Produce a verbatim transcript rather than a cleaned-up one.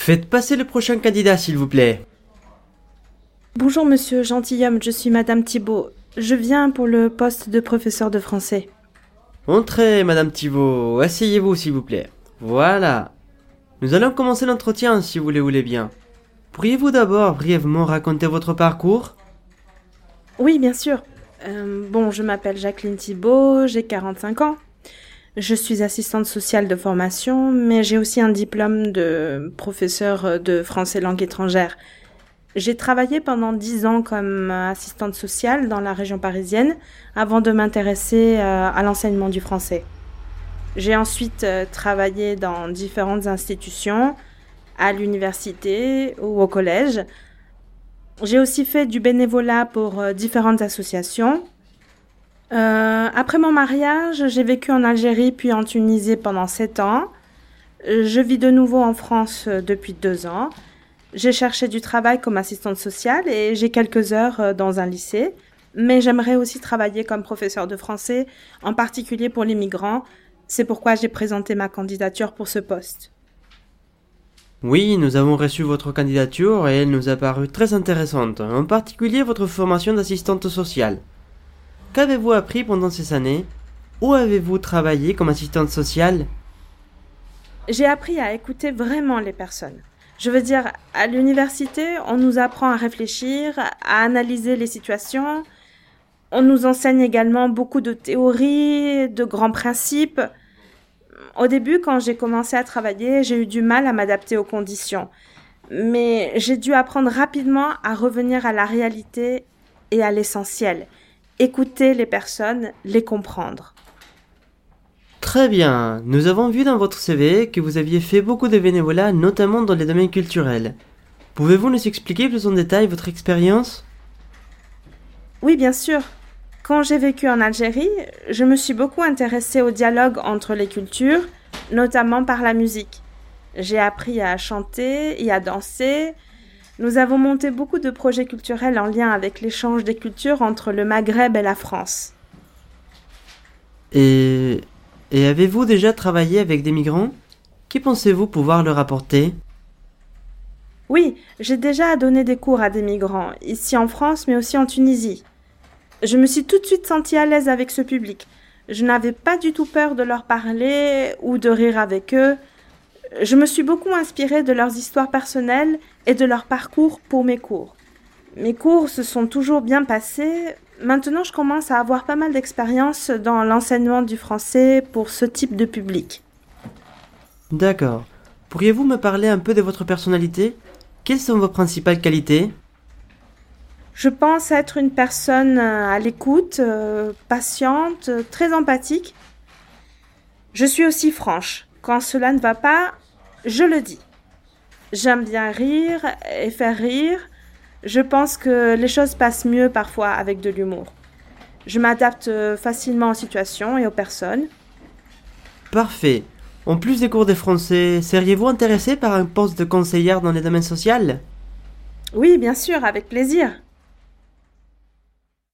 Faites passer le prochain candidat, s'il vous plaît. Bonjour monsieur gentilhomme, je suis madame Thibault. Je viens pour le poste de professeur de français. Entrez, madame Thibault. Asseyez-vous, s'il vous plaît. Voilà. Nous allons commencer l'entretien, si vous le voulez bien. Pourriez-vous d'abord brièvement raconter votre parcours ? Oui, bien sûr. Euh, bon, je m'appelle Jacqueline Thibault, j'ai quarante-cinq ans. Je suis assistante sociale de formation, mais j'ai aussi un diplôme de professeur de français langue étrangère. J'ai travaillé pendant dix ans comme assistante sociale dans la région parisienne avant de m'intéresser à l'enseignement du français. J'ai ensuite travaillé dans différentes institutions, à l'université ou au collège. J'ai aussi fait du bénévolat pour différentes associations. Euh, après mon mariage, j'ai vécu en Algérie puis en Tunisie pendant sept ans. Je vis de nouveau en France depuis deux ans. J'ai cherché du travail comme assistante sociale et j'ai quelques heures dans un lycée. Mais j'aimerais aussi travailler comme professeur de français, en particulier pour les migrants. C'est pourquoi j'ai présenté ma candidature pour ce poste. Oui, nous avons reçu votre candidature et elle nous a paru très intéressante, en particulier votre formation d'assistante sociale. Qu'avez-vous appris pendant ces années ? Où avez-vous travaillé comme assistante sociale ? J'ai appris à écouter vraiment les personnes. Je veux dire, à l'université, on nous apprend à réfléchir, à analyser les situations. On nous enseigne également beaucoup de théories, de grands principes. Au début, quand j'ai commencé à travailler, j'ai eu du mal à m'adapter aux conditions. Mais j'ai dû apprendre rapidement à revenir à la réalité et à l'essentiel. Écouter les personnes, les comprendre. Très bien. Nous avons vu dans votre C V que vous aviez fait beaucoup de bénévolat, notamment dans les domaines culturels. Pouvez-vous nous expliquer plus en détail votre expérience ? Oui, bien sûr. Quand j'ai vécu en Algérie, je me suis beaucoup intéressée au dialogue entre les cultures, notamment par la musique. J'ai appris à chanter et à danser. Nous avons monté beaucoup de projets culturels en lien avec l'échange des cultures entre le Maghreb et la France. Et... Et avez-vous déjà travaillé avec des migrants ? Que pensez-vous pouvoir leur apporter ? Oui, j'ai déjà donné des cours à des migrants, ici en France mais aussi en Tunisie. Je me suis tout de suite sentie à l'aise avec ce public. Je n'avais pas du tout peur de leur parler ou de rire avec eux. Je me suis beaucoup inspirée de leurs histoires personnelles et de leur parcours pour mes cours. Mes cours se sont toujours bien passés. Maintenant, je commence à avoir pas mal d'expérience dans l'enseignement du français pour ce type de public. D'accord. Pourriez-vous me parler un peu de votre personnalité ? Quelles sont vos principales qualités ? Je pense être une personne à l'écoute, euh, patiente, très empathique. Je suis aussi franche. Quand cela ne va pas, je le dis. J'aime bien rire et faire rire. Je pense que les choses passent mieux parfois avec de l'humour. Je m'adapte facilement aux situations et aux personnes. Parfait. En plus des cours de français, seriez-vous intéressé par un poste de conseillère dans les domaines sociaux ? Oui, bien sûr, avec plaisir.